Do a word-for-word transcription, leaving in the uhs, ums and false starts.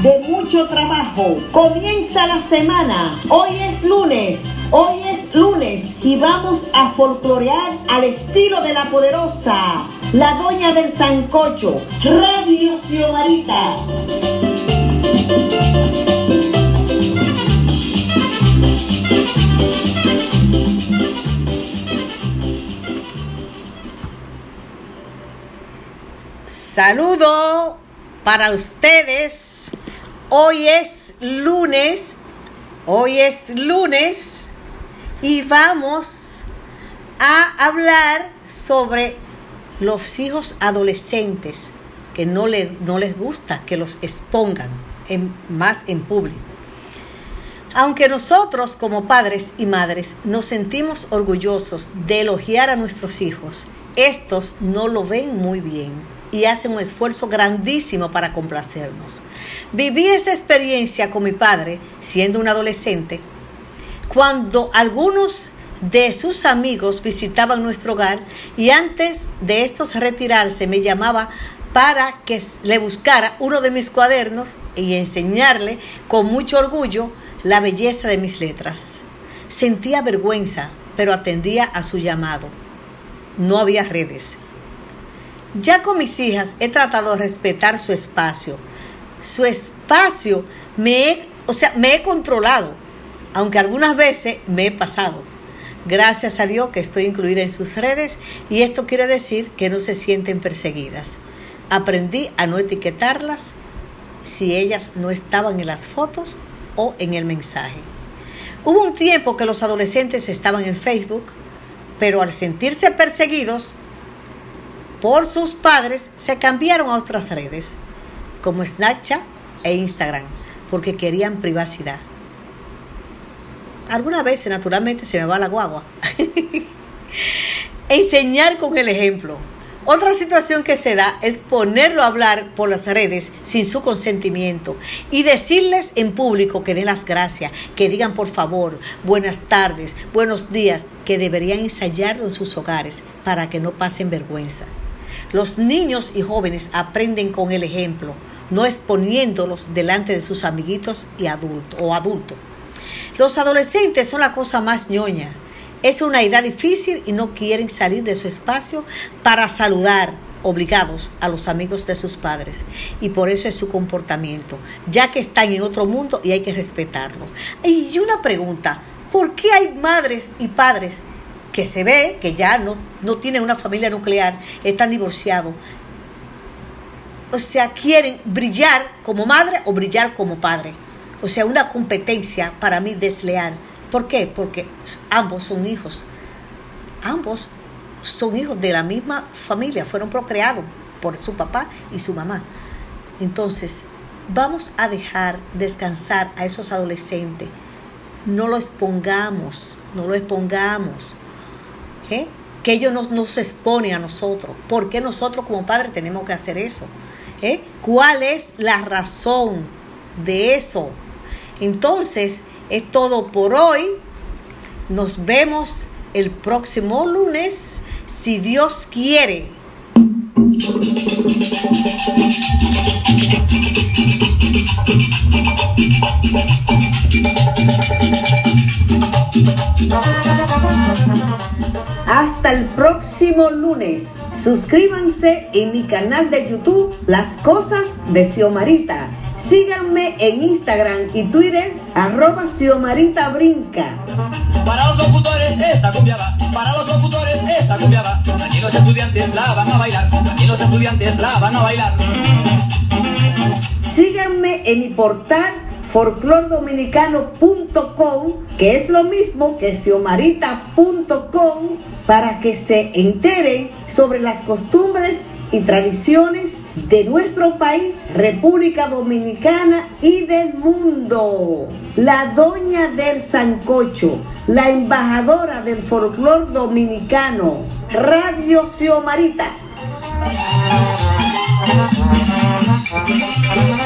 de mucho trabajo. Comienza la semana. Hoy es lunes. Hoy es lunes y vamos a folclorear al estilo de la poderosa, la doña del sancocho, Radio Xiomarita. Saludo para ustedes. Hoy es lunes. Hoy es lunes y vamos a hablar sobre los hijos adolescentes que no, le, no les gusta que los expongan en, más en público. Aunque nosotros como padres y madres nos sentimos orgullosos de elogiar a nuestros hijos, estos no lo ven muy bien y hacen un esfuerzo grandísimo para complacernos. Viví esa experiencia con mi padre, siendo un adolescente, cuando algunos de sus amigos visitaban nuestro hogar y antes de estos retirarse me llamaba para que le buscara uno de mis cuadernos y enseñarle con mucho orgullo la belleza de mis letras. Sentía vergüenza, pero atendía a su llamado. No había redes. Ya con mis hijas he tratado de respetar su espacio. Su espacio me he, o sea, me he controlado, aunque algunas veces me he pasado. Gracias a Dios que estoy incluida en sus redes y esto quiere decir que no se sienten perseguidas. Aprendí a no etiquetarlas si ellas no estaban en las fotos o en el mensaje. Hubo un tiempo que los adolescentes estaban en Facebook, pero al sentirse perseguidos por sus padres, se cambiaron a otras redes, como Snapchat e Instagram, porque querían privacidad. Algunas veces, naturalmente, se me va la guagua. Enseñar con el ejemplo. Otra situación que se da es ponerlo a hablar por las redes sin su consentimiento y decirles en público que den las gracias, que digan por favor, buenas tardes, buenos días, que deberían ensayarlo en sus hogares para que no pasen vergüenza. Los niños y jóvenes aprenden con el ejemplo, no exponiéndolos delante de sus amiguitos y adultos o adultos. Los adolescentes son la cosa más ñoña. Es una edad difícil y no quieren salir de su espacio para saludar, obligados a los amigos de sus padres. Y por eso es su comportamiento, ya que están en otro mundo y hay que respetarlo. Y una pregunta, ¿por qué hay madres y padres que se ve que ya no, no tienen una familia nuclear, están divorciados? O sea, quieren brillar como madre o brillar como padre. O sea, una competencia para mí desleal. ¿Por qué? Porque ambos son hijos. Ambos son hijos de la misma familia, fueron procreados por su papá y su mamá. Entonces, vamos a dejar descansar a esos adolescentes. No lo expongamos, no lo expongamos. ¿Eh? Que ellos nos, nos exponen a nosotros. ¿Por qué nosotros como padres tenemos que hacer eso? ¿Eh? ¿Cuál es la razón de eso? Entonces, es todo por hoy. Nos vemos el próximo lunes, si Dios quiere. Hasta el próximo lunes. Suscríbanse en mi canal de YouTube, Las Cosas de Xiomarita. Síganme en Instagram y Twitter, arroba Xiomarita Brinca. Para los locutores esta cumbia va, para los locutores esta cumbia va. Aquí los estudiantes la van a bailar, aquí los estudiantes la van a bailar. Síganme en mi portal folclor dominicano punto com, que es lo mismo que xiomarita punto com, para que se enteren sobre las costumbres y tradiciones de nuestro país, República Dominicana y del mundo. La doña del sancocho, la embajadora del folclor dominicano, Radio Xiomarita.